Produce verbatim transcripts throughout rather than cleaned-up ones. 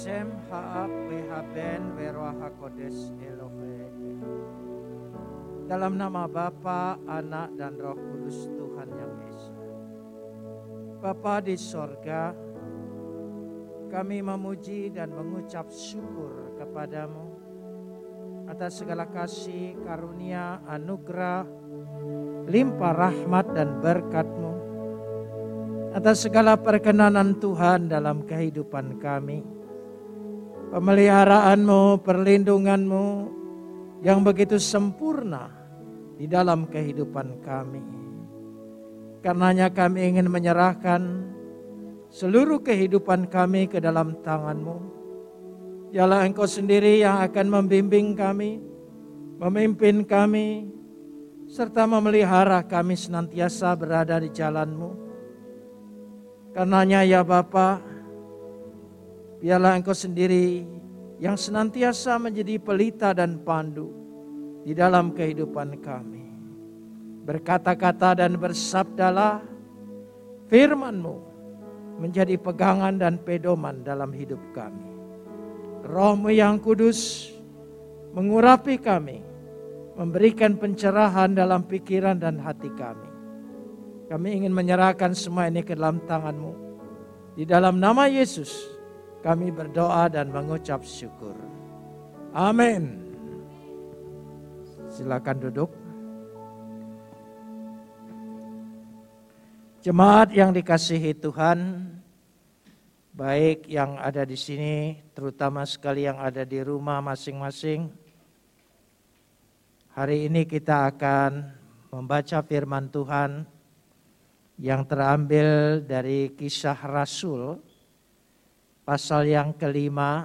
Shem Haab Wehaben Weroah Hakodes Elohe. Dalam nama Bapa, Anak, dan Roh Kudus Tuhan Yang Esa. Bapa di sorga, kami memuji dan mengucap syukur kepadamu atas segala kasih, karunia, anugerah, limpah rahmat dan berkat-Mu, atas segala perkenanan Tuhan dalam kehidupan kami, pemeliharaan-Mu, perlindungan-Mu yang begitu sempurna di dalam kehidupan kami. Karenanya kami ingin menyerahkan seluruh kehidupan kami ke dalam tangan-Mu. Dialah Engkau sendiri yang akan membimbing kami, memimpin kami, serta memelihara kami senantiasa berada di jalan-Mu. Karenanya ya Bapa, biarlah Engkau sendiri yang senantiasa menjadi pelita dan pandu di dalam kehidupan kami. Berkata-kata dan bersabdalah, firman-Mu menjadi pegangan dan pedoman dalam hidup kami. Roh-Mu yang kudus mengurapi kami, memberikan pencerahan dalam pikiran dan hati kami. Kami ingin menyerahkan semua ini ke dalam tangan-Mu. Di dalam nama Yesus kami berdoa dan mengucap syukur. Amin. Silakan duduk. Jemaat yang dikasihi Tuhan, baik yang ada di sini, terutama sekali yang ada di rumah masing-masing. Hari ini kita akan membaca firman Tuhan yang terambil dari Kisah Rasul, pasal yang kelima,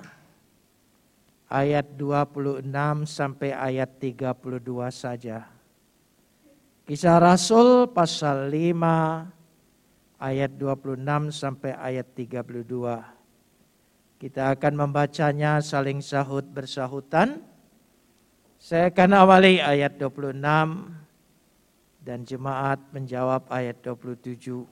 ayat dua puluh enam sampai ayat tiga puluh dua saja. Kisah Rasul pasal lima, ayat dua puluh enam sampai ayat tiga puluh dua. Kita akan membacanya saling sahut bersahutan. Saya akan awali ayat dua puluh enam dan jemaat menjawab ayat dua puluh tujuh.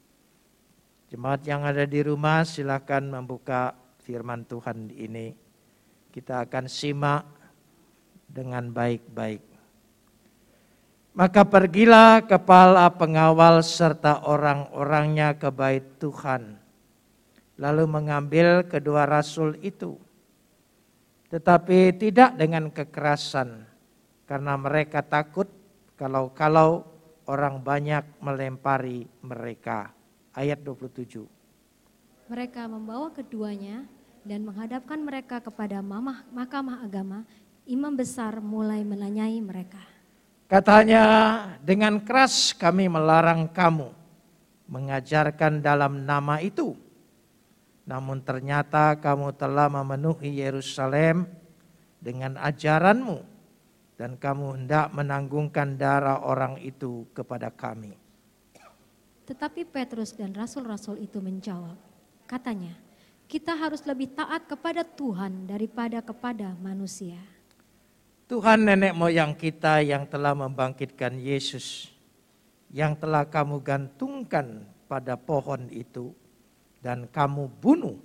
Jemaat yang ada di rumah silakan membuka firman Tuhan ini. Kita akan simak dengan baik-baik. Maka pergilah kepala pengawal serta orang-orangnya ke bait Tuhan, lalu mengambil kedua rasul itu. Tetapi tidak dengan kekerasan, karena mereka takut kalau-kalau orang banyak melempari mereka. Ayat dua puluh tujuh. Mereka membawa keduanya dan menghadapkan mereka kepada mamah, mahkamah agama. Imam besar mulai menanyai mereka. Katanya, dengan keras kami melarang kamu mengajarkan dalam nama itu. Namun ternyata kamu telah memenuhi Yerusalem dengan ajaranmu dan kamu hendak menanggungkan darah orang itu kepada kami. Tetapi Petrus dan rasul-rasul itu menjawab, katanya, kita harus lebih taat kepada Tuhan daripada kepada manusia. Tuhan nenek moyang kita yang telah membangkitkan Yesus, yang telah kamu gantungkan pada pohon itu dan kamu bunuh.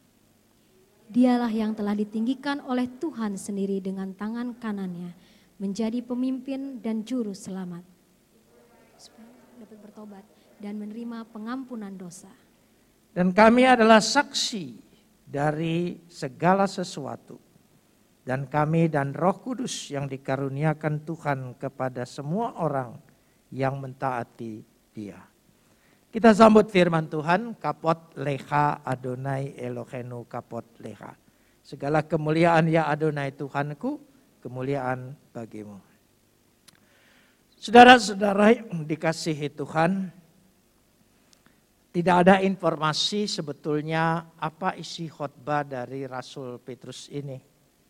Dialah yang telah ditinggikan oleh Tuhan sendiri dengan tangan kanannya, menjadi pemimpin dan juru selamat, supaya dapat bertobat dan menerima pengampunan dosa. Dan kami adalah saksi dari segala sesuatu. Dan kami dan Roh Kudus yang dikaruniakan Tuhan kepada semua orang yang mentaati Dia. Kita sambut firman Tuhan, kapot leha Adonai Elohenu kapot leha. Segala kemuliaan ya Adonai Tuhanku, kemuliaan bagimu. Saudara-saudara yang dikasihi Tuhan, tidak ada informasi sebetulnya apa isi khotbah dari Rasul Petrus ini.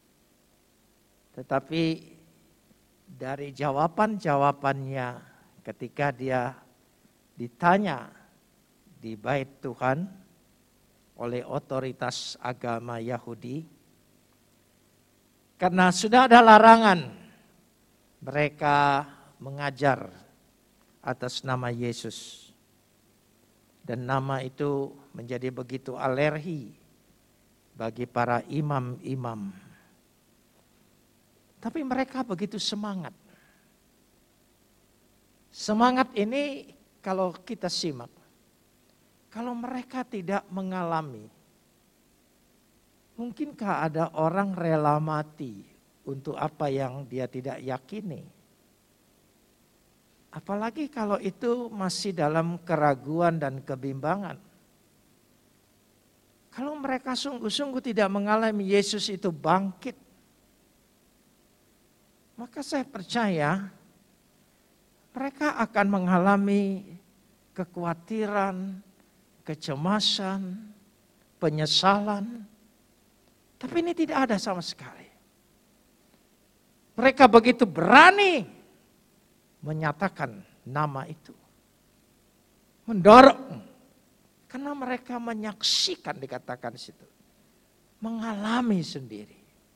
Tetapi dari jawaban-jawabannya ketika dia ditanya di bait Tuhan oleh otoritas agama Yahudi, karena sudah ada larangan mereka mengajar atas nama Yesus. Dan nama itu menjadi begitu alergi bagi para imam-imam. Tapi mereka begitu semangat. Semangat ini kalau kita simak, kalau mereka tidak mengalami, mungkinkah ada orang rela mati untuk apa yang dia tidak yakini? Apalagi kalau itu masih dalam keraguan dan kebimbangan. Kalau mereka sungguh-sungguh tidak mengalami Yesus itu bangkit, maka saya percaya mereka akan mengalami kekhawatiran, kecemasan, penyesalan. Tapi ini tidak ada sama sekali. Mereka begitu berani menyatakan nama itu. Mendorong. Karena mereka menyaksikan, dikatakan di situ. Mengalami sendiri.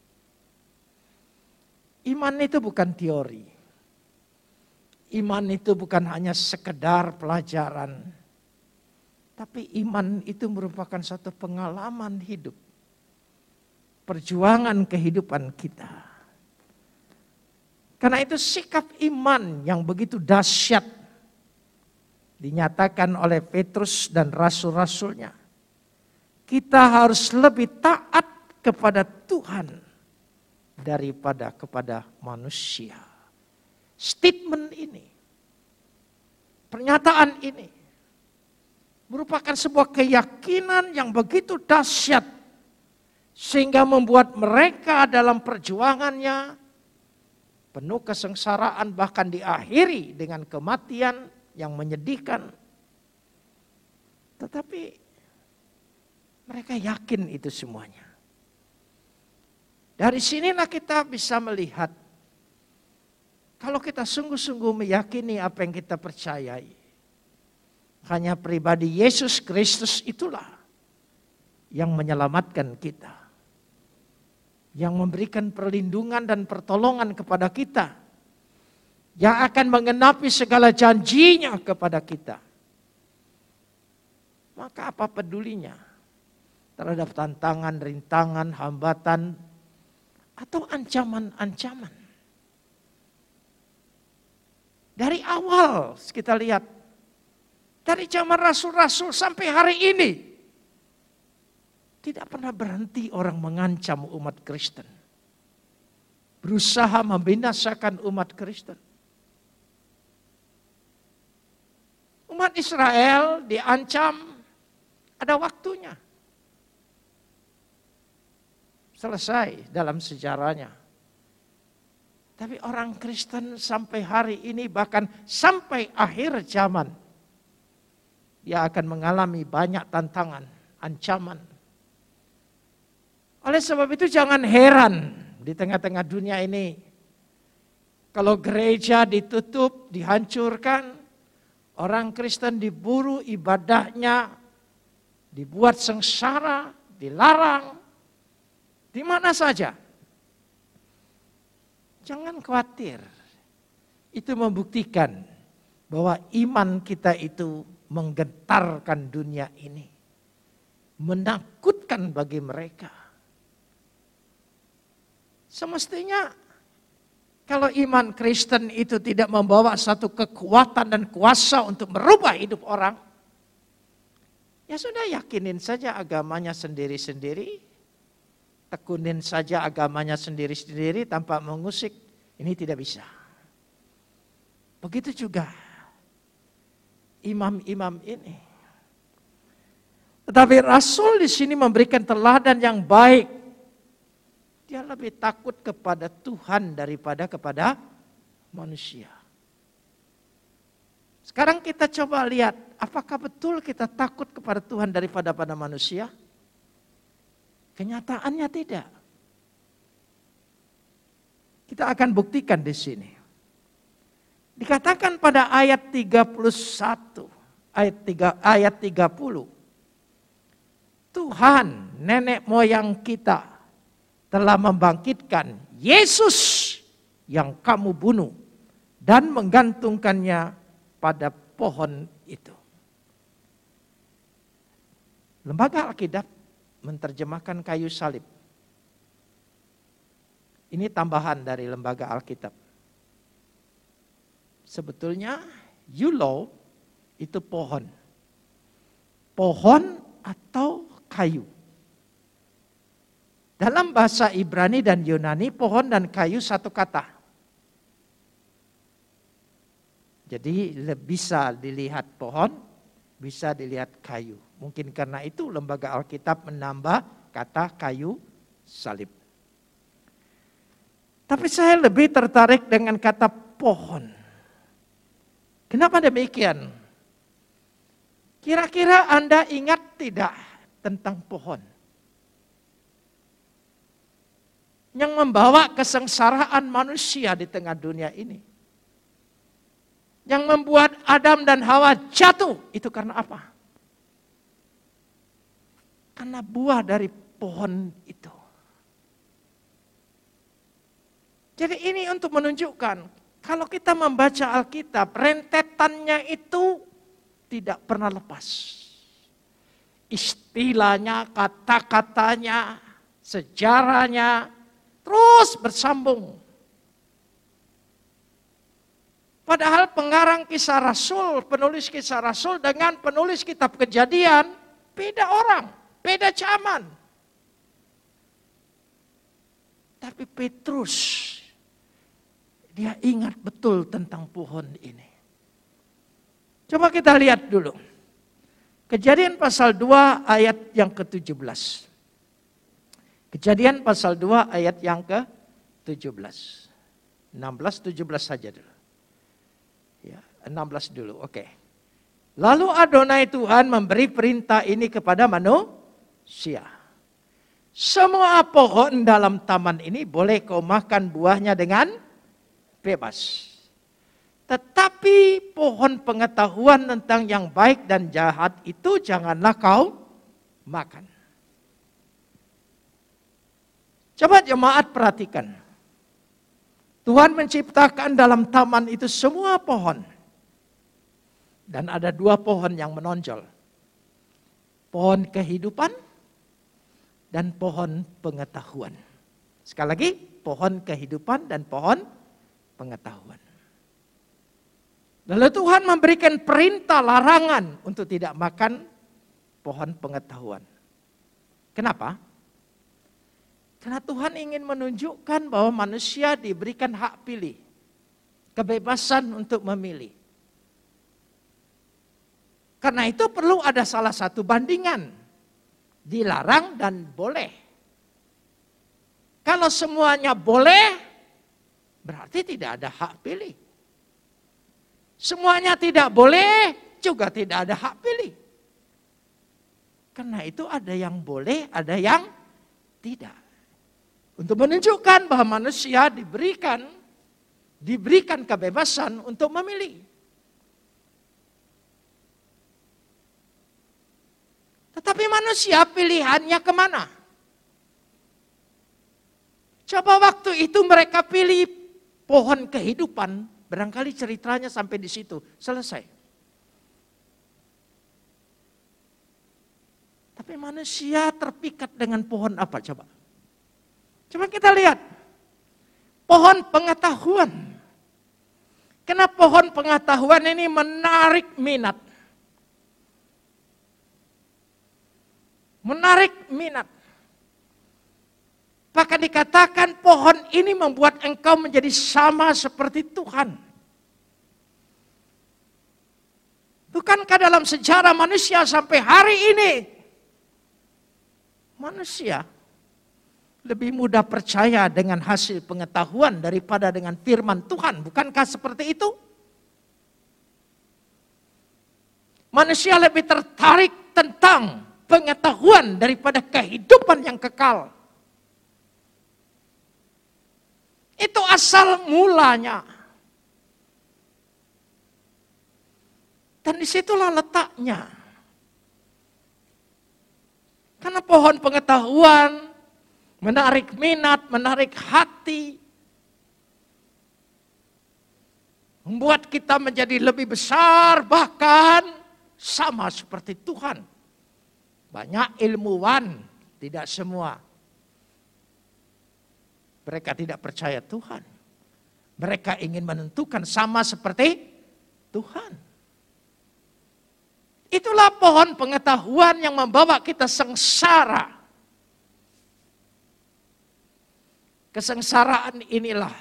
Iman itu bukan teori. Iman itu bukan hanya sekedar pelajaran. Tapi iman itu merupakan satu pengalaman hidup. Perjuangan kehidupan kita. Karena itu sikap iman yang begitu dahsyat dinyatakan oleh Petrus dan rasul-rasulnya. Kita harus lebih taat kepada Tuhan daripada kepada manusia. Statement ini, pernyataan ini merupakan sebuah keyakinan yang begitu dahsyat sehingga membuat mereka dalam perjuangannya penuh kesengsaraan, bahkan diakhiri dengan kematian yang menyedihkan. Tetapi mereka yakin itu semuanya. Dari sinilah kita bisa melihat, kalau kita sungguh-sungguh meyakini apa yang kita percayai, hanya pribadi Yesus Kristus itulah yang menyelamatkan kita. Yang memberikan perlindungan dan pertolongan kepada kita. Yang akan menggenapi segala janjinya kepada kita. Maka apa pedulinya terhadap tantangan, rintangan, hambatan, atau ancaman-ancaman. Dari awal kita lihat, dari zaman rasul-rasul sampai hari ini, tidak pernah berhenti orang mengancam umat Kristen. Berusaha membinasakan umat Kristen. Umat Israel diancam, ada waktunya. Selesai dalam sejarahnya. Tapi orang Kristen sampai hari ini, bahkan sampai akhir zaman, dia akan mengalami banyak tantangan, ancaman. Oleh sebab itu jangan heran di tengah-tengah dunia ini, kalau gereja ditutup, dihancurkan, orang Kristen diburu ibadahnya, dibuat sengsara, dilarang, di mana saja. Jangan khawatir, itu membuktikan bahwa iman kita itu menggetarkan dunia ini, menakutkan bagi mereka. Semestinya kalau iman Kristen itu tidak membawa satu kekuatan dan kuasa untuk merubah hidup orang, ya sudah, yakinin saja agamanya sendiri-sendiri, tekunin saja agamanya sendiri-sendiri tanpa mengusik, ini tidak bisa. Begitu juga imam-imam ini. Tetapi Rasul di sini memberikan teladan yang baik. Dia lebih takut kepada Tuhan daripada kepada manusia. Sekarang kita coba lihat, apakah betul kita takut kepada Tuhan daripada pada manusia? Kenyataannya tidak. Kita akan buktikan di sini. Dikatakan pada ayat tiga puluh satu, ayat tiga, ayat tiga puluh. Tuhan, nenek moyang kita, telah membangkitkan Yesus yang kamu bunuh dan menggantungkannya pada pohon itu. Lembaga Alkitab menerjemahkan kayu salib. Ini tambahan dari lembaga Alkitab. Sebetulnya yulo itu pohon. Pohon atau kayu. Dalam bahasa Ibrani dan Yunani, pohon dan kayu satu kata. Jadi bisa dilihat pohon, bisa dilihat kayu. Mungkin karena itu lembaga Alkitab menambah kata kayu salib. Tapi saya lebih tertarik dengan kata pohon. Kenapa demikian? Kira-kira Anda ingat tidak tentang pohon? Yang membawa kesengsaraan manusia di tengah dunia ini. Yang membuat Adam dan Hawa jatuh, itu karena apa? Karena buah dari pohon itu. Jadi ini untuk menunjukkan, kalau kita membaca Alkitab, rentetannya itu tidak pernah lepas. Istilahnya, kata-katanya, sejarahnya, terus bersambung. Padahal pengarang kisah Rasul, penulis kisah Rasul dengan penulis kitab Kejadian, beda orang, beda zaman. Tapi Petrus, dia ingat betul tentang pohon ini. Coba kita lihat dulu. Kejadian pasal dua ayat yang ke tujuh belas. Kejadian pasal dua ayat yang ke tujuh belas. enam belas, tujuh belas saja dulu. Ya, enam belas dulu, oke. Lalu Adonai Tuhan memberi perintah ini kepada manusia. Semua pohon dalam taman ini boleh kau makan buahnya dengan bebas. Tetapi pohon pengetahuan tentang yang baik dan jahat itu janganlah kau makan. Coba jemaat perhatikan. Tuhan menciptakan dalam taman itu semua pohon. Dan ada dua pohon yang menonjol. Pohon kehidupan dan pohon pengetahuan. Sekali lagi, pohon kehidupan dan pohon pengetahuan. Lalu Tuhan memberikan perintah larangan untuk tidak makan pohon pengetahuan. Kenapa? Karena Tuhan ingin menunjukkan bahwa manusia diberikan hak pilih. Kebebasan untuk memilih. Karena itu perlu ada salah satu bandingan. Dilarang dan boleh. Kalau semuanya boleh, berarti tidak ada hak pilih. Semuanya tidak boleh, juga tidak ada hak pilih. Karena itu ada yang boleh, ada yang tidak. Untuk menunjukkan bahwa manusia diberikan diberikan kebebasan untuk memilih. Tetapi manusia pilihannya kemana? Coba waktu itu mereka pilih pohon kehidupan, barangkali ceritanya sampai di situ, selesai. Tapi manusia terpikat dengan pohon apa coba? Coba kita lihat. Pohon pengetahuan. Karena pohon pengetahuan ini menarik minat. Menarik minat. Bahkan dikatakan pohon ini membuat engkau menjadi sama seperti Tuhan. Bukankah dalam sejarah manusia sampai hari ini, manusia lebih mudah percaya dengan hasil pengetahuan daripada dengan firman Tuhan. Bukankah seperti itu? Manusia lebih tertarik tentang pengetahuan daripada kehidupan yang kekal. Itu asal mulanya. Dan disitulah letaknya. Karena pohon pengetahuan menarik minat, menarik hati. Membuat kita menjadi lebih besar, bahkan sama seperti Tuhan. Banyak ilmuwan Tidak semua. Mereka tidak percaya Tuhan. Mereka ingin menentukan sama seperti Tuhan. Itulah pohon pengetahuan yang membawa kita sengsara. Kesengsaraan inilah.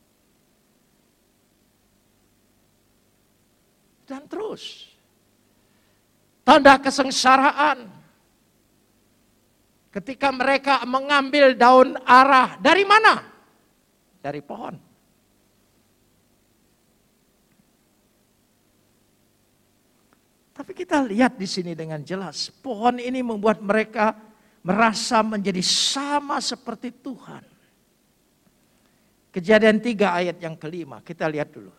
Dan terus. Tanda kesengsaraan. Ketika mereka mengambil daun ara. Dari mana? Dari pohon. Tapi kita lihat di sini dengan jelas. Pohon ini membuat mereka merasa menjadi sama seperti Tuhan. Kejadian tiga ayat yang kelima. Kita lihat dulu.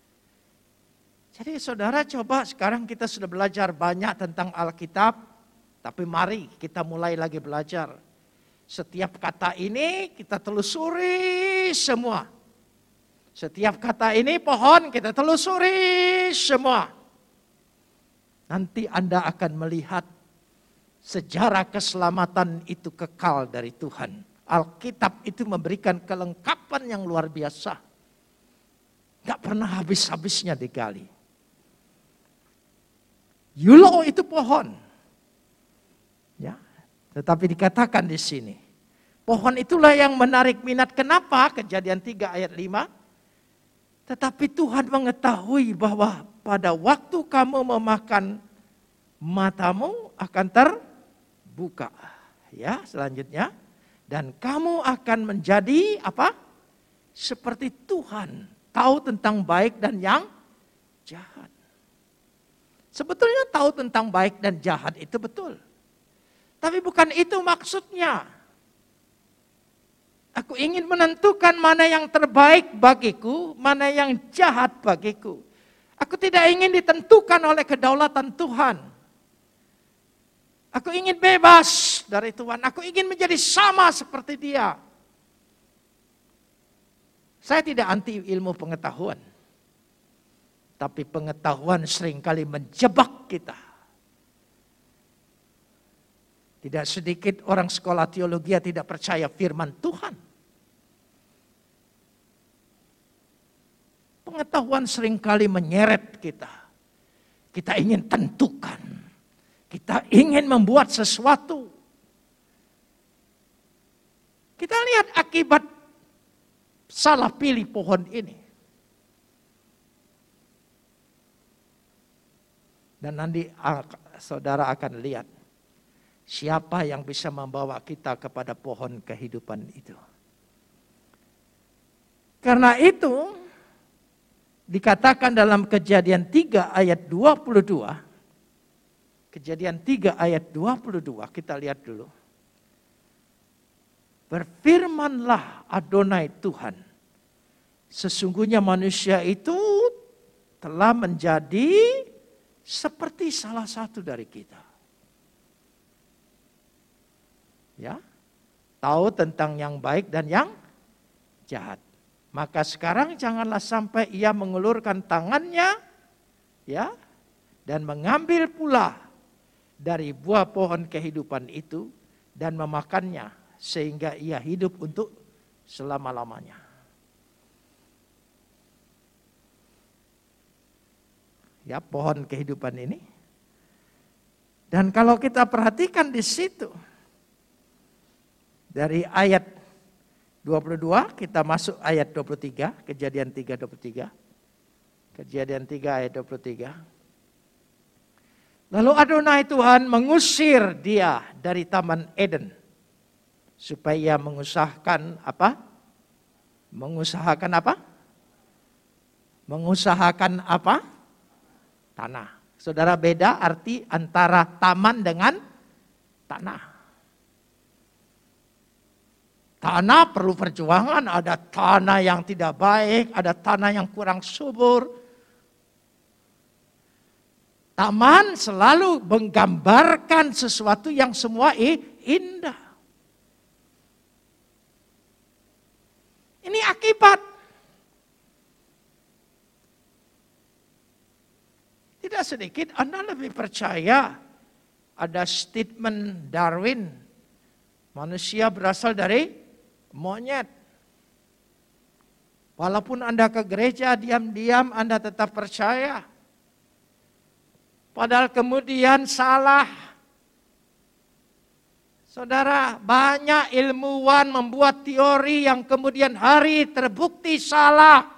Jadi saudara coba sekarang kita sudah belajar banyak tentang Alkitab. Tapi mari kita mulai lagi belajar. Setiap kata ini kita telusuri semua. Setiap kata ini pohon kita telusuri semua. Nanti Anda akan melihat sejarah keselamatan itu kekal dari Tuhan. Alkitab itu memberikan kelengkapan yang luar biasa. Gak pernah habis-habisnya digali. Yulo itu pohon. Ya, tetapi dikatakan di sini. Pohon itulah yang menarik minat. Kenapa? Kejadian tiga ayat lima. Tetapi Tuhan mengetahui bahwa pada waktu kamu memakan, matamu akan terbuka. Ya, selanjutnya. Dan kamu akan menjadi apa? Seperti Tuhan. Tahu tentang baik dan yang jahat. Sebetulnya tahu tentang baik dan jahat itu betul. Tapi bukan itu maksudnya. Aku ingin menentukan mana yang terbaik bagiku, mana yang jahat bagiku. Aku tidak ingin ditentukan oleh kedaulatan Tuhan. Aku ingin bebas dari Tuhan. Aku ingin menjadi sama seperti Dia. Saya tidak anti ilmu pengetahuan. Tapi pengetahuan seringkali menjebak kita. Tidak sedikit orang sekolah teologi tidak percaya firman Tuhan. Pengetahuan seringkali menyeret kita. Kita ingin tentukan. Kita ingin membuat sesuatu. Kita lihat akibat salah pilih pohon ini. Dan nanti saudara akan lihat siapa yang bisa membawa kita kepada pohon kehidupan itu. Karena itu dikatakan dalam Kejadian tiga ayat dua puluh dua. Kejadian tiga ayat dua puluh dua, kita lihat dulu. Berfirmanlah Adonai Tuhan, sesungguhnya manusia itu telah menjadi seperti salah satu dari kita. Ya, tahu tentang yang baik dan yang jahat. Maka sekarang janganlah sampai ia mengulurkan tangannya, ya, dan mengambil pula dari buah pohon kehidupan itu dan memakannya sehingga ia hidup untuk selama-lamanya. Ya, pohon kehidupan ini. Dan kalau kita perhatikan di situ, dari ayat dua puluh dua kita masuk ayat dua puluh tiga, Kejadian tiga dua puluh tiga. Kejadian tiga ayat dua puluh tiga. Lalu Adonai Tuhan mengusir dia dari Taman Eden supaya mengusahakan apa? Mengusahakan apa? Mengusahakan apa? Tanah. Saudara, beda arti antara taman dengan tanah. Tanah perlu perjuangan, ada tanah yang tidak baik, ada tanah yang kurang subur. Taman selalu menggambarkan sesuatu yang semua indah. Ini akibat. Tidak sedikit Anda lebih percaya ada statement Darwin Manusia berasal dari monyet. Walaupun Anda ke gereja, diam-diam Anda tetap percaya. Padahal kemudian salah. Saudara, banyak ilmuwan membuat teori yang kemudian hari terbukti salah.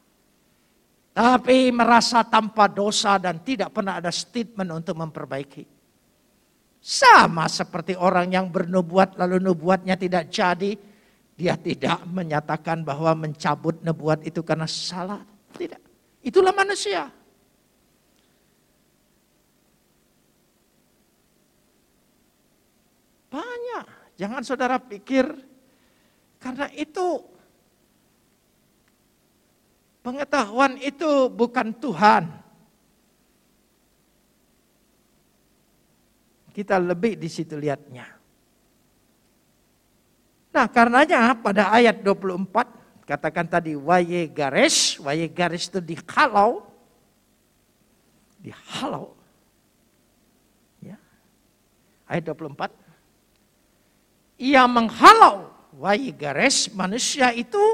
Tapi merasa tanpa dosa dan tidak pernah ada statement untuk memperbaiki. Sama seperti orang yang bernubuat lalu nubuatnya tidak jadi. Dia tidak menyatakan bahwa mencabut nubuat itu karena salah. Tidak. Itulah manusia. Banyak. Jangan saudara pikir karena itu pengetahuan itu bukan Tuhan. Kita lebih di situ lihatnya. Nah, karenanya pada ayat dua puluh empat katakan tadi waye gares, waye gares itu dihalau. Dihalau. Ya. Ayat dua puluh empat. Ia menghalau waye gares manusia itu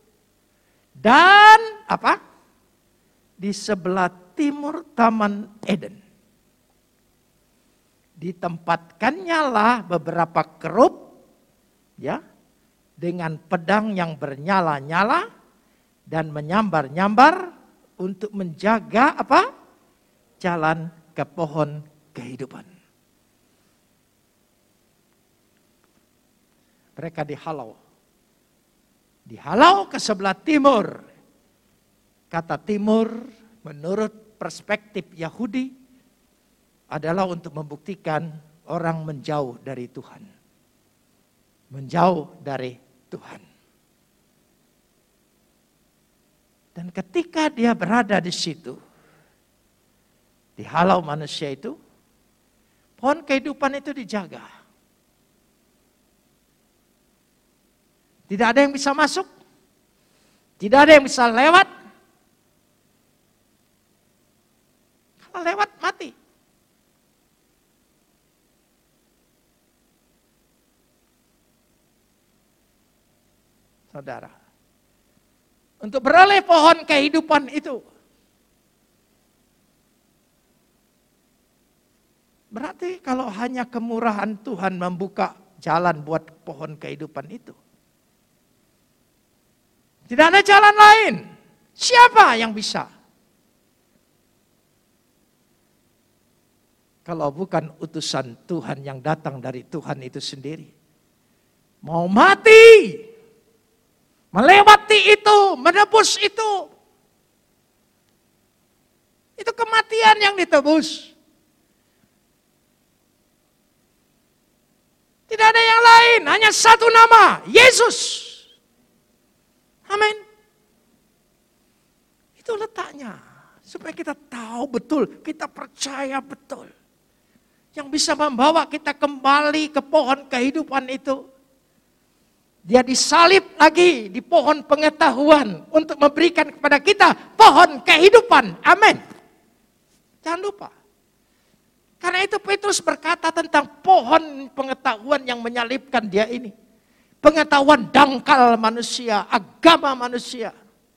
dan apa? Di sebelah timur Taman Eden. Ditempatkannya lah beberapa kerub ya, dengan pedang yang bernyala-nyala dan menyambar-nyambar untuk menjaga apa? Jalan ke pohon kehidupan. Mereka dihalau. Dihalau ke sebelah timur. Kata timur menurut perspektif Yahudi adalah untuk membuktikan orang menjauh dari Tuhan. Menjauh dari Tuhan. Dan ketika dia berada di situ, dihalau manusia itu, pohon kehidupan itu dijaga. Tidak ada yang bisa masuk, tidak ada yang bisa lewat. Kalau lewat mati. Saudara, untuk beroleh pohon kehidupan itu, berarti kalau hanya kemurahan Tuhan membuka jalan buat pohon kehidupan itu, tidak ada jalan lain. Siapa yang bisa? Kalau bukan utusan Tuhan yang datang dari Tuhan itu sendiri. Mau mati, melewati itu, menebus itu. Itu kematian yang ditebus. Tidak ada yang lain, hanya satu nama, Yesus. Amin. Itu letaknya. Supaya kita tahu betul, kita percaya betul. Yang bisa membawa kita kembali ke pohon kehidupan itu. Dia disalib lagi di pohon pengetahuan untuk memberikan kepada kita pohon kehidupan. Amin. Jangan lupa. Karena itu Petrus berkata tentang pohon pengetahuan yang menyalibkan dia ini. Pengetahuan dangkal manusia, agama manusia.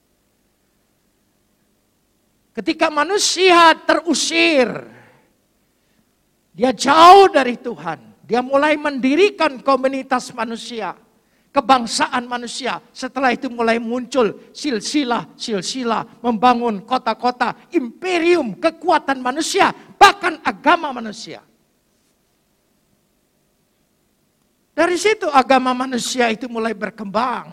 Ketika manusia terusir, dia jauh dari Tuhan. Dia mulai mendirikan komunitas manusia. Kebangsaan manusia. Setelah itu mulai muncul silsilah-silsilah. Membangun kota-kota. Imperium kekuatan manusia. Bahkan agama manusia. Dari situ agama manusia itu mulai berkembang.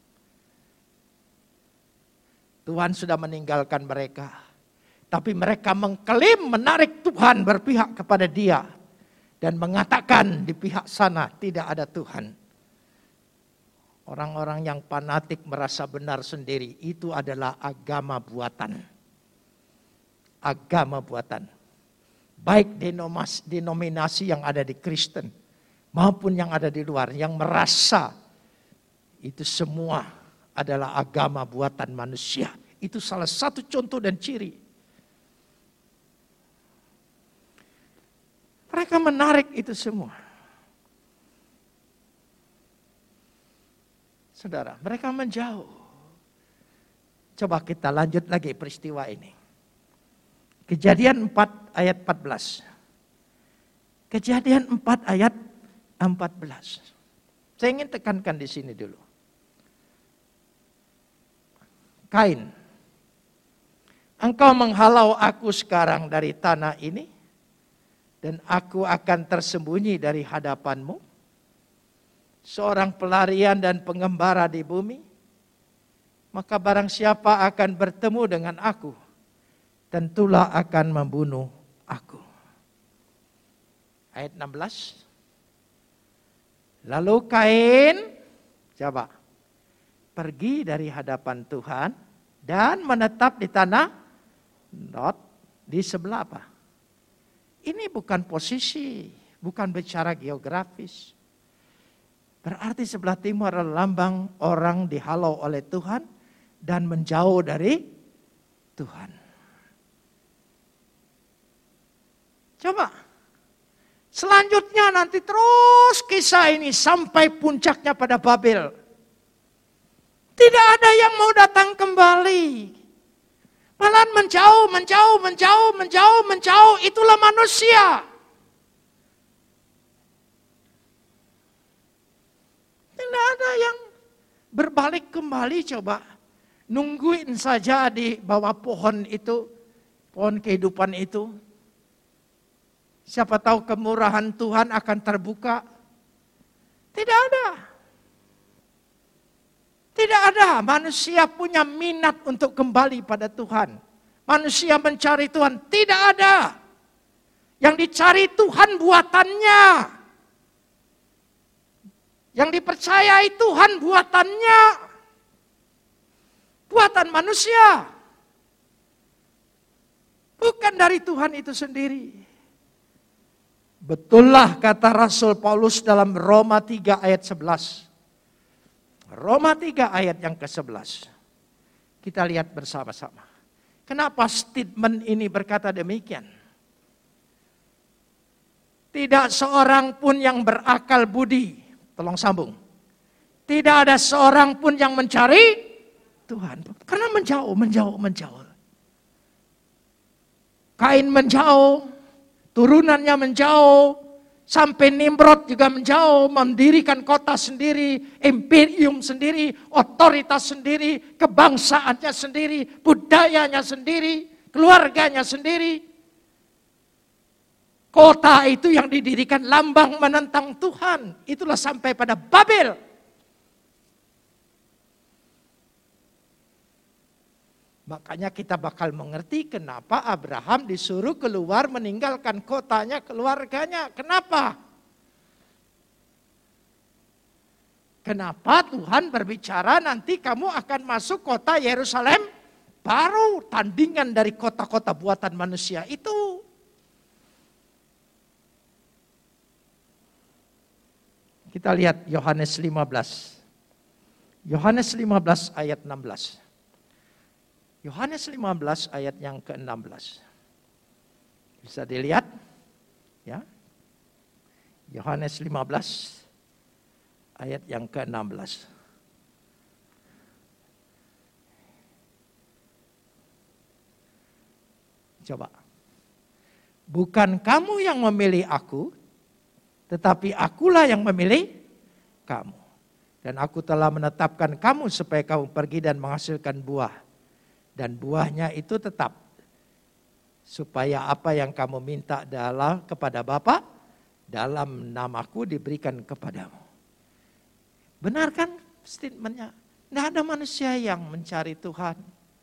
Tuhan sudah meninggalkan mereka. Tapi mereka mengklaim menarik Tuhan berpihak kepada dia. Dan mengatakan di pihak sana tidak ada Tuhan. Orang-orang yang fanatik merasa benar sendiri. Itu adalah agama buatan. Agama buatan. Baik denominasi yang ada di Kristen. Maupun yang ada di luar. Yang merasa itu semua adalah agama buatan manusia. Itu salah satu contoh dan ciri. Mereka menarik itu semua. Saudara, mereka menjauh. Coba kita lanjut lagi peristiwa ini. Kejadian empat ayat empat belas. Kejadian empat ayat empat belas. Saya ingin tekankan di sini dulu. Kain, engkau menghalau aku sekarang dari tanah ini, dan aku akan tersembunyi dari hadapanmu, seorang pelarian dan pengembara di bumi. Maka barang siapa akan bertemu dengan aku, tentulah akan membunuh aku. Ayat enam belas. Lalu Kain, coba, pergi dari hadapan Tuhan dan menetap di tanah Nod, di sebelah apa? Ini bukan posisi, bukan bicara geografis. Berarti sebelah timur adalah lambang orang dihalau oleh Tuhan dan menjauh dari Tuhan. Coba, selanjutnya nanti terus kisah ini sampai puncaknya pada Babel. Tidak ada yang mau datang kembali. Malah menjauh, menjauh, menjauh, menjauh, menjauh. Itulah manusia. Tidak ada yang berbalik kembali, coba. Nungguin saja di bawah pohon itu, pohon kehidupan itu. Siapa tahu kemurahan Tuhan akan terbuka. Tidak ada. Tidak ada. Manusia punya minat untuk kembali pada Tuhan. Manusia mencari Tuhan. Tidak ada. Yang dicari Tuhan buatannya. Yang dipercayai Tuhan buatannya. Buatan manusia. Bukan dari Tuhan itu sendiri. Betullah kata Rasul Paulus dalam Roma tiga ayat sebelas. Roma tiga ayat yang ke sebelas. Kita lihat bersama-sama. Kenapa statement ini berkata demikian? Tidak seorang pun yang berakal budi. Tolong sambung. Tidak ada seorang pun yang mencari Tuhan. Karena menjauh, menjauh, menjauh. Kain menjauh. Turunannya menjauh, sampai Nimrod juga menjauh, mendirikan kota sendiri, imperium sendiri, otoritas sendiri, kebangsaannya sendiri, budayanya sendiri, keluarganya sendiri. Kota itu yang didirikan lambang menentang Tuhan, itulah sampai pada Babel. Makanya kita bakal mengerti kenapa Abraham disuruh keluar meninggalkan kotanya, keluarganya. Kenapa? Kenapa Tuhan berbicara nanti kamu akan masuk kota Yerusalem baru, tandingan dari kota-kota buatan manusia itu. Kita lihat Yohanes lima belas. Yohanes lima belas ayat enam belas. Yohanes lima belas ayat yang ke enam belas. Bisa dilihat? Ya. Yohanes lima belas ayat yang ke enam belas. Coba. Bukan kamu yang memilih aku, tetapi akulah yang memilih kamu. Dan aku telah menetapkan kamu supaya kamu pergi dan menghasilkan buah. Dan buahnya itu tetap. Supaya apa yang kamu minta dalam kepada Bapa, dalam namaku diberikan kepadamu. Benar kan statementnya? Tidak ada manusia yang mencari Tuhan.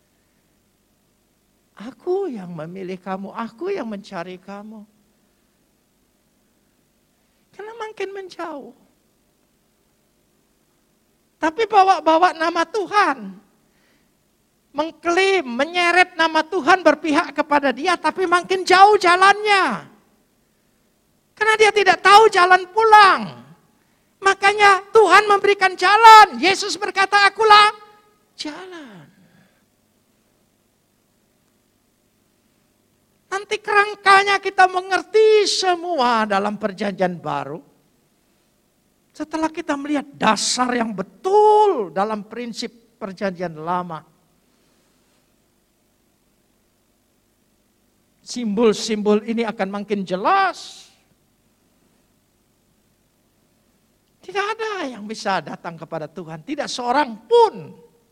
Aku yang memilih kamu, aku yang mencari kamu. Karena makin menjauh. Tapi bawa-bawa nama Tuhan. Mengklaim, menyeret nama Tuhan berpihak kepada dia, tapi makin jauh jalannya. Karena dia tidak tahu jalan pulang. Makanya Tuhan memberikan jalan. Yesus berkata, akulah jalan. Nanti kerangkanya kita mengerti semua dalam perjanjian baru. Setelah kita melihat dasar yang betul dalam prinsip perjanjian lama, simbol-simbol ini akan makin jelas. Tidak ada yang bisa datang kepada Tuhan, tidak seorang pun.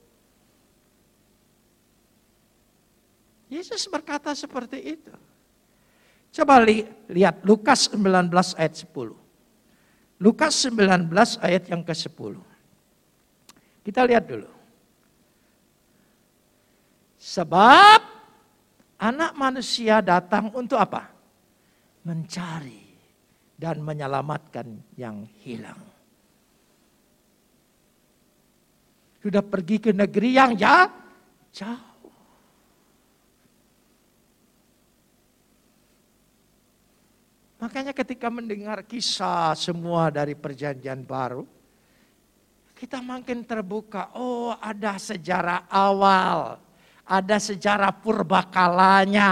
Yesus berkata seperti itu. Coba li, lihat Lukas sembilan belas ayat sepuluh. Lukas sembilan belas ayat yang kesepuluh. Kita lihat dulu. Sebab Anak Manusia datang untuk apa? Mencari dan menyelamatkan yang hilang. Sudah pergi ke negeri yang ya, jauh. Makanya ketika mendengar kisah semua dari perjanjian baru, kita makin terbuka. Oh, ada sejarah awal, ada sejarah purbakalanya.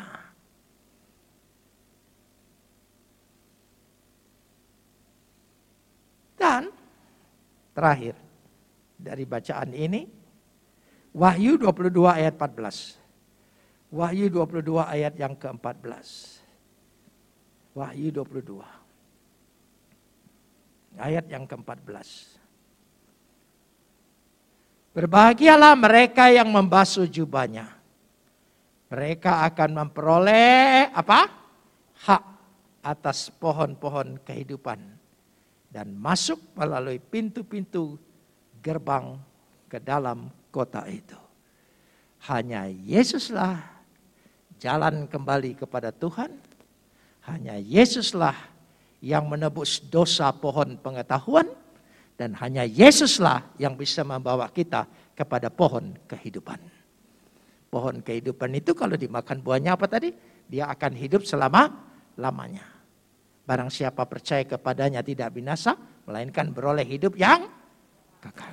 Dan terakhir dari bacaan ini, Wahyu dua puluh dua ayat empat belas. Wahyu dua puluh dua ayat yang keempat belas. Wahyu dua puluh dua. Ayat yang keempat belas. Berbahagialah mereka yang membasuh jubahnya. Mereka akan memperoleh apa? Hak atas pohon-pohon kehidupan. Dan masuk melalui pintu-pintu gerbang ke dalam kota itu. Hanya Yesuslah jalan kembali kepada Tuhan. Hanya Yesuslah yang menebus dosa pohon pengetahuan. Dan hanya Yesuslah yang bisa membawa kita kepada pohon kehidupan. Pohon kehidupan itu kalau dimakan buahnya apa tadi? Dia akan hidup selama-lamanya. Barang siapa percaya kepadanya tidak binasa, melainkan beroleh hidup yang kekal.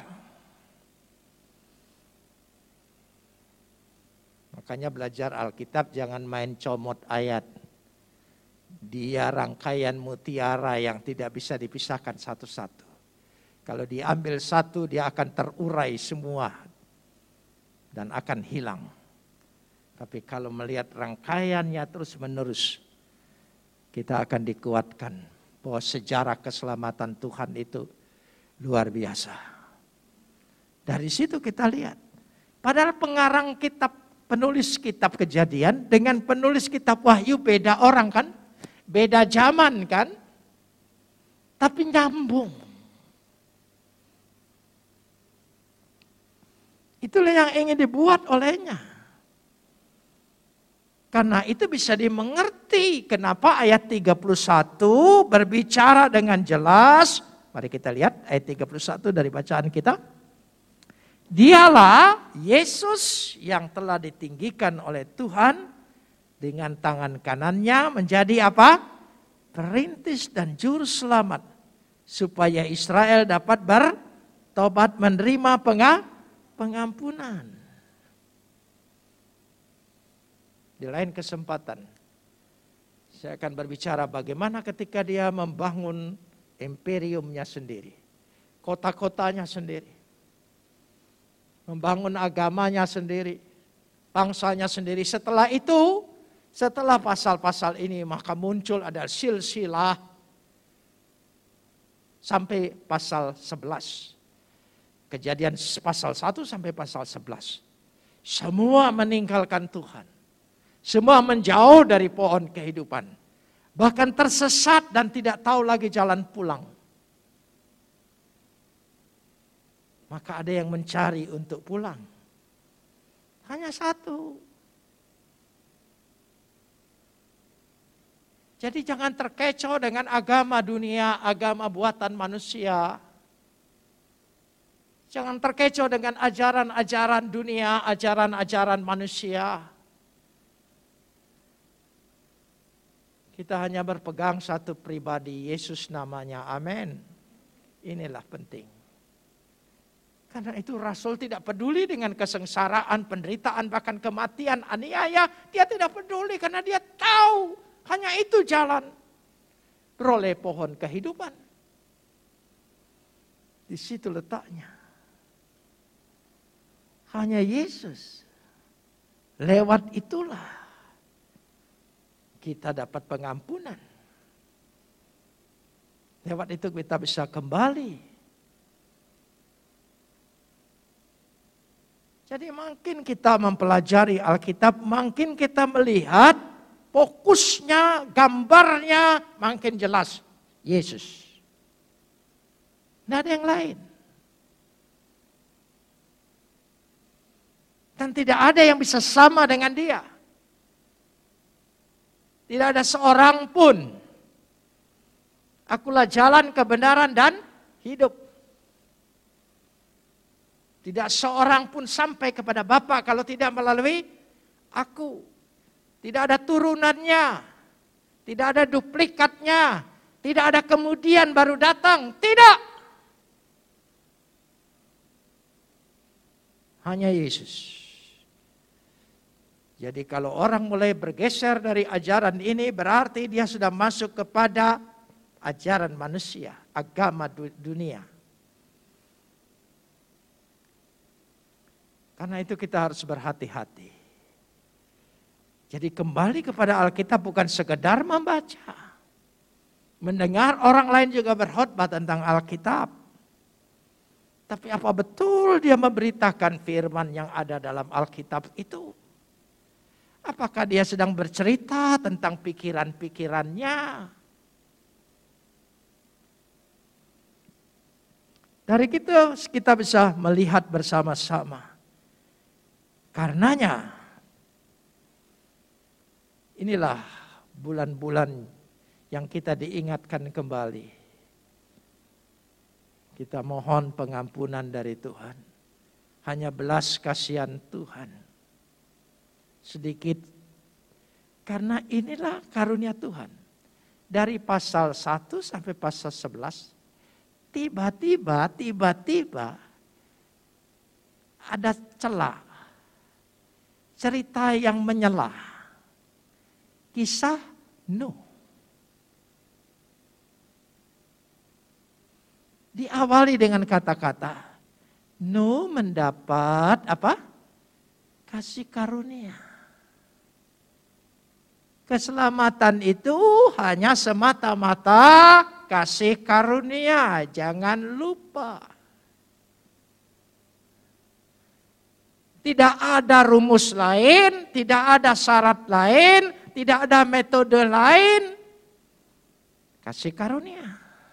Makanya belajar Alkitab jangan main comot ayat. Dia rangkaian mutiara yang tidak bisa dipisahkan satu-satu. Kalau diambil satu dia akan terurai semua dan akan hilang. Tapi kalau melihat rangkaiannya terus menerus, kita akan dikuatkan bahwa sejarah keselamatan Tuhan itu luar biasa. Dari situ kita lihat. Padahal pengarang kitab, penulis kitab Kejadian dengan penulis kitab Wahyu beda orang kan? Beda zaman kan? Tapi nyambung. Itulah yang ingin dibuat olehnya. Karena itu bisa dimengerti kenapa ayat tiga puluh satu berbicara dengan jelas. Mari kita lihat ayat tiga puluh satu dari bacaan kita. Dialah Yesus yang telah ditinggikan oleh Tuhan dengan tangan kanannya menjadi apa? Perintis dan juru selamat. Supaya Israel dapat bertobat menerima pengampunan. Di lain kesempatan, saya akan berbicara bagaimana ketika dia membangun imperiumnya sendiri. Kota-kotanya sendiri. Membangun agamanya sendiri. Bangsanya sendiri. Setelah itu, setelah pasal-pasal ini, maka muncul ada silsilah sampai pasal sebelas. Kejadian pasal satu sampai pasal sebelas. Semua meninggalkan Tuhan. Semua menjauh dari pohon kehidupan. Bahkan tersesat dan tidak tahu lagi jalan pulang. Maka ada yang mencari untuk pulang. Hanya satu. Jadi jangan terkecoh dengan agama dunia, agama buatan manusia. Jangan terkecoh dengan ajaran-ajaran dunia, ajaran-ajaran manusia. Kita hanya berpegang satu pribadi, Yesus namanya, amin. Inilah penting. Karena itu Rasul tidak peduli dengan kesengsaraan, penderitaan, bahkan kematian, aniaya. Dia tidak peduli karena dia tahu hanya itu jalan. Beroleh pohon kehidupan. Di situ letaknya. Hanya Yesus. Lewat itulah kita dapat pengampunan. Lewat itu kita bisa kembali. Jadi makin kita mempelajari Alkitab, makin kita melihat fokusnya, gambarnya makin jelas. Yesus. Tidak ada yang lain. Dan tidak ada yang bisa sama dengan dia. Tidak ada seorang pun. Akulah jalan kebenaran dan hidup. Tidak seorang pun sampai kepada Bapa kalau tidak melalui aku. Tidak ada turunannya. Tidak ada duplikatnya. Tidak ada kemudian baru datang. Tidak. Hanya Yesus. Jadi kalau orang mulai bergeser dari ajaran ini berarti dia sudah masuk kepada ajaran manusia, agama dunia. Karena itu kita harus berhati-hati. Jadi kembali kepada Alkitab bukan sekedar membaca. Mendengar orang lain juga berkhotbah tentang Alkitab. Tapi apa betul dia memberitakan firman yang ada dalam Alkitab itu? Apakah dia sedang bercerita tentang pikiran-pikirannya? Dari itu kita bisa melihat bersama-sama. Karenanya, inilah bulan-bulan yang kita diingatkan kembali. Kita mohon pengampunan dari Tuhan. Hanya belas kasihan Tuhan. Sedikit. Karena inilah karunia Tuhan. Dari pasal satu sampai pasal sebelas. Tiba-tiba, tiba-tiba. Ada celah. Cerita yang menyela. Kisah Nuh. Diawali dengan kata-kata. Nuh mendapat apa? Kasih karunia. Keselamatan itu hanya semata-mata kasih karunia. Jangan lupa. Tidak ada rumus lain, tidak ada syarat lain, tidak ada metode lain. Kasih karunia.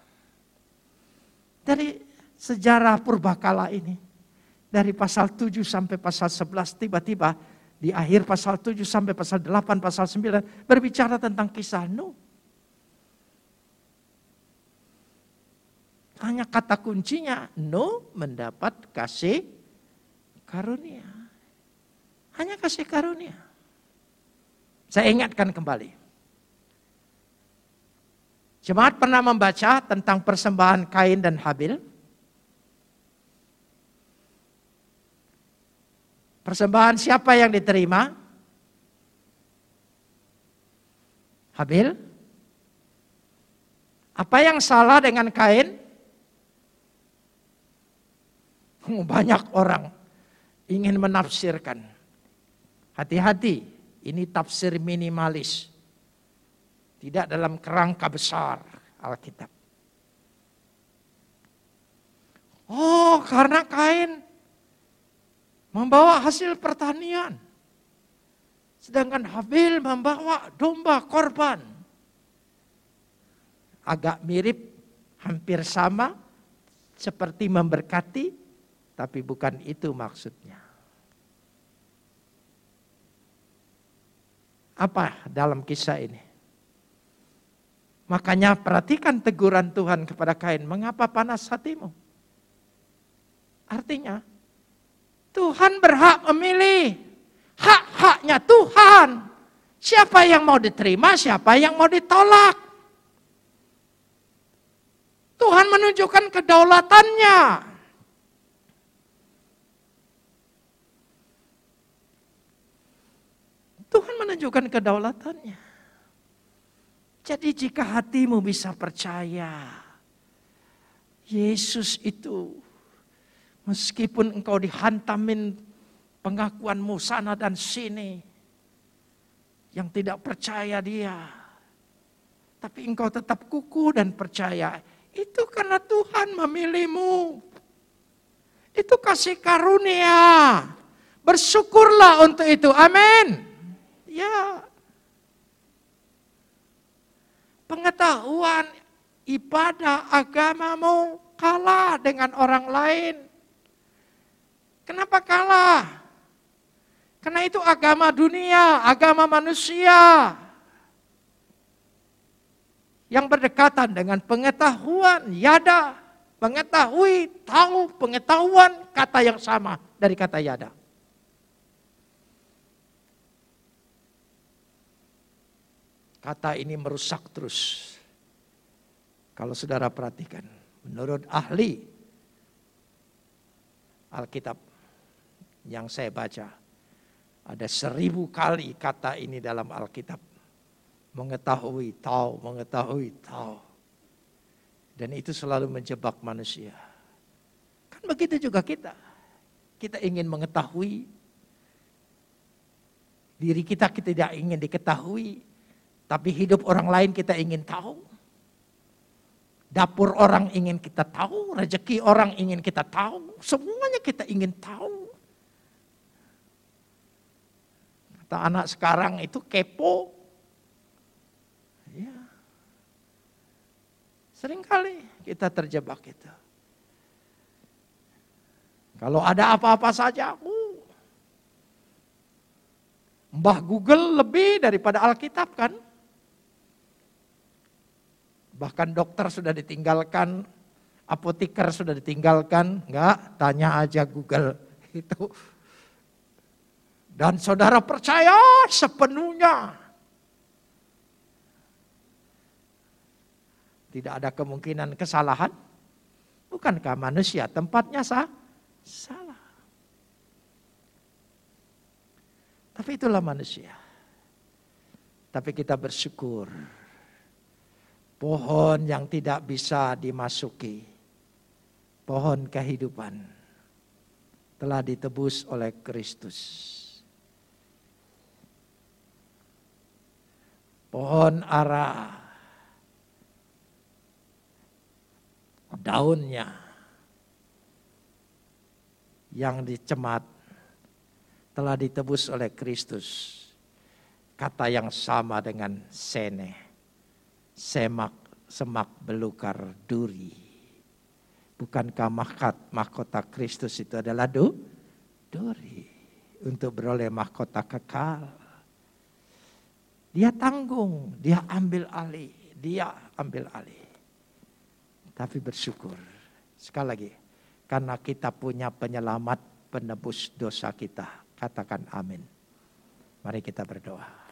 Dari sejarah purbakala ini. Dari pasal tujuh sampai pasal sebelas tiba-tiba. Di akhir pasal tujuh sampai pasal delapan, pasal sembilan. Berbicara tentang kisah Nuh. Hanya kata kuncinya. Nuh mendapat kasih karunia. Hanya kasih karunia. Saya ingatkan kembali. Jemaat pernah membaca tentang persembahan Kain dan Habil. Persembahan siapa yang diterima? Habil. Apa yang salah dengan Kain? Banyak orang ingin menafsirkan. Hati-hati, ini tafsir minimalis. Tidak dalam kerangka besar Alkitab. Oh, karena Kain membawa hasil pertanian. Sedangkan Habil membawa domba korban. Agak mirip, hampir sama, seperti memberkati, tapi bukan itu maksudnya. Apa dalam kisah ini? Makanya perhatikan teguran Tuhan kepada Kain. Mengapa panas hatimu? Artinya, Tuhan berhak memilih. Hak-haknya Tuhan. Siapa yang mau diterima, siapa yang mau ditolak. Tuhan menunjukkan kedaulatannya. Tuhan menunjukkan kedaulatannya. Jadi jika hatimu bisa percaya Yesus itu, meskipun engkau dihantamin pengakuanmu sana dan sini, yang tidak percaya dia, tapi engkau tetap kukuh dan percaya. Itu karena Tuhan memilihmu. Itu kasih karunia. Bersyukurlah untuk itu. Amin. Ya. Pengetahuan ibadah agamamu kalah dengan orang lain. Kenapa kalah? Karena itu agama dunia, agama manusia. Yang berdekatan dengan pengetahuan, yada, mengetahui, tahu, pengetahuan, kata yang sama dari kata yada. Kata ini merusak terus. Kalau saudara perhatikan, menurut ahli Alkitab yang saya baca, ada seribu kali kata ini dalam Alkitab. Mengetahui, tahu, mengetahui, tahu. Dan itu selalu menjebak manusia. Kan begitu juga kita. Kita ingin mengetahui. Diri kita kita tidak ingin diketahui. Tapi hidup orang lain kita ingin tahu. Dapur orang ingin kita tahu. Rezeki orang ingin kita tahu. Semuanya kita ingin tahu. Kata anak sekarang itu kepo. Ya. Seringkali kita terjebak itu. Kalau ada apa-apa saja, uh, Mbah Google lebih daripada Alkitab kan? Bahkan dokter sudah ditinggalkan, apoteker sudah ditinggalkan, enggak, tanya aja Google itu. Dan saudara percaya sepenuhnya. Tidak ada kemungkinan kesalahan. Bukankah manusia tempatnya sah? Salah. Tapi itulah manusia. Tapi kita bersyukur. Pohon yang tidak bisa dimasuki. Pohon kehidupan. Telah ditebus oleh Kristus. Pohon ara. Daunnya yang dicemat telah ditebus oleh Kristus. Kata yang sama dengan sene, semak, semak belukar duri. Bukankah mahkota Kristus itu adalah du, duri untuk beroleh mahkota kekal? Dia tanggung, dia ambil alih, dia ambil alih. Tapi bersyukur, sekali lagi, karena kita punya penyelamat penebus dosa kita. Katakan amin. Mari kita berdoa.